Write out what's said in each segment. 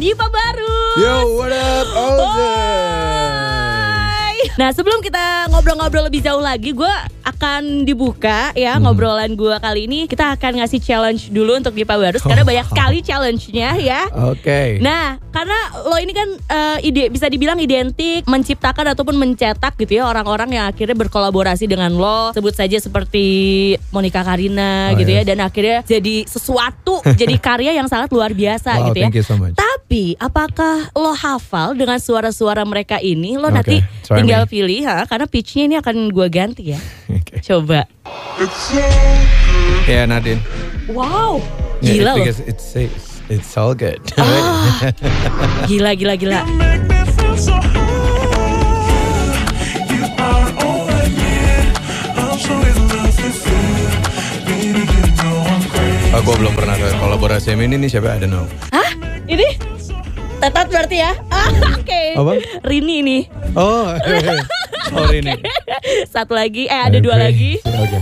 Diva baru. Yo, what up, Nah, sebelum kita ngobrol-ngobrol lebih jauh lagi, gue akan dibuka ya ngobrolan gue kali ini. Kita akan ngasih challenge dulu untuk Diva Barus karena banyak sekali challenge-nya ya. Oke. Nah, karena lo ini kan bisa dibilang identik menciptakan ataupun mencetak gitu ya orang-orang yang akhirnya berkolaborasi dengan lo. Sebut saja seperti Monica Karina gitu ya, dan akhirnya jadi sesuatu, jadi karya yang sangat luar biasa gitu ya. Thank you so much. Tapi apakah lo hafal dengan suara-suara mereka ini? Lo nanti tinggal pilih karena pitch-nya ini akan gue ganti ya. Coba. Ya, Nadine. Wow, gila loh. Because it's all good. Gila. Gue belum pernah kolaborasi sama ini nih, siapa? I don't know. Hah? Ini? Tetat berarti ya? Oke. Apa? Rini nih. Oh, Rini. Satu lagi, ada dua lagi. Oke.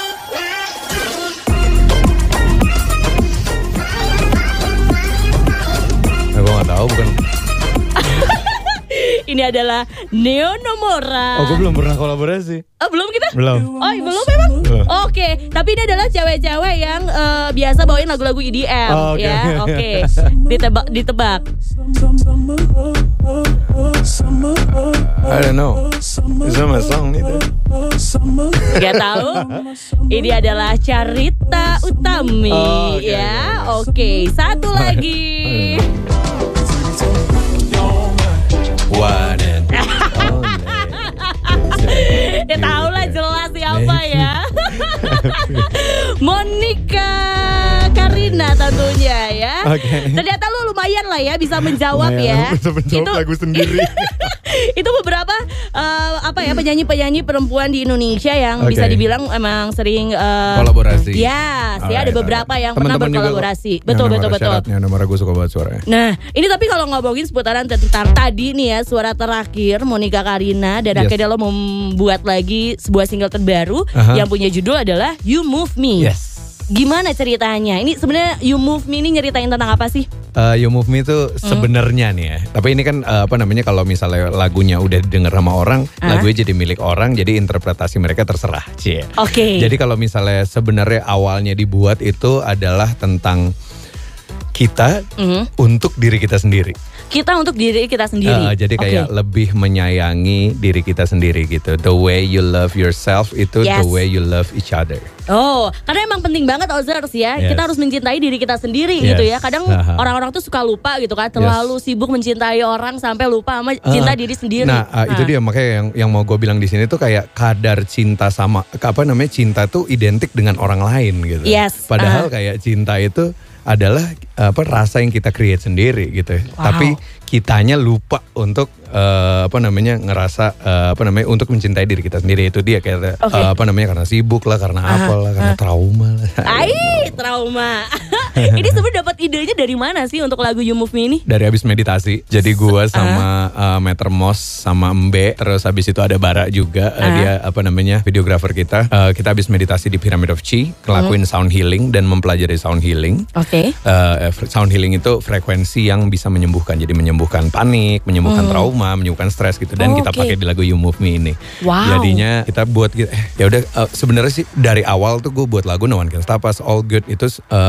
Gue gak tahu, bukan. Ini adalah Neo Nomora. Oh, gue belum pernah kolaborasi. Oh, belum kita? Belum. Oh, belum memang? Oke, tapi ini adalah cewek-cewek yang biasa bawain lagu-lagu EDM ya. Oke. Ditebak. I don't know. It's not my song itu. Gak tahu. Ini adalah Carita Utami ya. Oke, satu lagi. One and Ya tahu lah jelas siapa ya. Monica Karina tentunya ya. Ternyata lu lumayan lah ya bisa menjawab ya. Bisa menjawab lagu sendiri. Itu beberapa penyanyi-penyanyi perempuan di Indonesia yang bisa dibilang emang sering kolaborasi. Ya, ada beberapa yang pernah berkolaborasi. Betul. Nomor gue suka banget suaranya. Nah, ini tapi kalau ngomongin seputaran tentang tadi nih ya, suara terakhir Monica Karina dan akhirnya lo membuat lagi sebuah single terbaru yang punya judul adalah You Move Me. Yes. Gimana ceritanya? Ini sebenarnya You Move Me ini nyeritain tentang apa sih? You Move Me itu sebenarnya nih ya. Tapi ini kan kalau misalnya lagunya udah didengar sama orang, lagunya jadi milik orang, jadi interpretasi mereka terserah. Oke. Jadi kalau misalnya sebenarnya awalnya dibuat itu adalah tentang kita untuk diri kita sendiri. Kita untuk diri kita sendiri. Jadi kayak lebih menyayangi diri kita sendiri gitu. The way you love yourself itu the way you love each other. Oh, karena emang penting banget Ozers ya. Kita harus mencintai diri kita sendiri gitu ya. Kadang orang-orang tuh suka lupa gitu kan. Terlalu sibuk mencintai orang sampai lupa sama cinta diri sendiri. Nah, itu dia makanya yang mau gue bilang di sini tuh kayak kadar cinta sama cinta tuh identik dengan orang lain gitu. Yes. Padahal kayak cinta itu adalah rasa yang kita create sendiri gitu. Tapi kitanya lupa untuk ngerasa untuk mencintai diri kita sendiri. Itu dia kayak karena sibuk lah, karena apalah, karena trauma lah. Trauma. Ini sebenarnya dapat idenya dari mana sih untuk lagu You Move Me ini? Dari habis meditasi. Jadi gua sama Meter Mos sama Mbe, terus habis itu ada Bara juga, dia videographer kita. Kita habis meditasi di Pyramid of Chi, ngelakuin sound healing dan mempelajari sound healing. Sound healing itu frekuensi yang bisa menyembuhkan. Jadi menyembuhkan panik, menyembuhkan trauma, menyembuhkan stres gitu. Dan kita pakai di lagu You Move Me ini. Jadinya kita buat ya udah sebenarnya sih dari awal tuh gue buat lagu No One Can Stop Us, All Good itu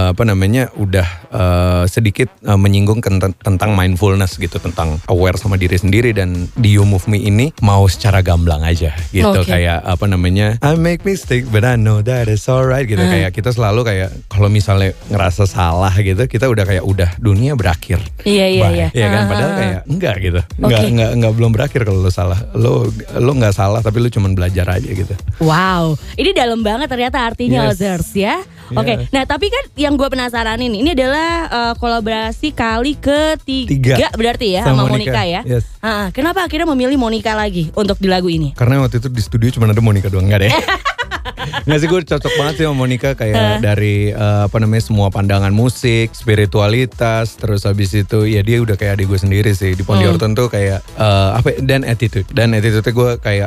udah sedikit menyinggung tentang mindfulness gitu, tentang aware sama diri sendiri. Dan di You Move Me ini mau secara gamblang aja gitu, kayak I make mistake but I know that it's alright gitu. Kayak kita selalu kayak kalau misalnya ngerasa salah gitu, kita udah kayak dunia berakhir. Iya. Iya kan, padahal kayak enggak gitu. Enggak belum berakhir kalau lo salah. Lo enggak salah tapi lo cuma belajar aja gitu. Wow, ini dalam banget ternyata artinya Ozers ya. Nah tapi kan yang gue penasaran ini adalah kolaborasi kali ketiga berarti ya sama Monica ya. Kenapa akhirnya memilih Monica lagi untuk di lagu ini? Karena waktu itu di studio cuma ada Monica doang, enggak deh. Nggak sih, gue cocok banget sih sama Monica kayak dari semua pandangan musik, spiritualitas, terus habis itu ya dia udah kayak adik gue sendiri sih di Pondy Orton tuh kayak dan attitude gue kayak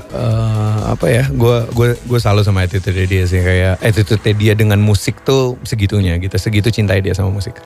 gue salut sama attitude dia sih, kayak attitude dia dengan musik tuh segitunya gitu, segitu cintai dia sama musik.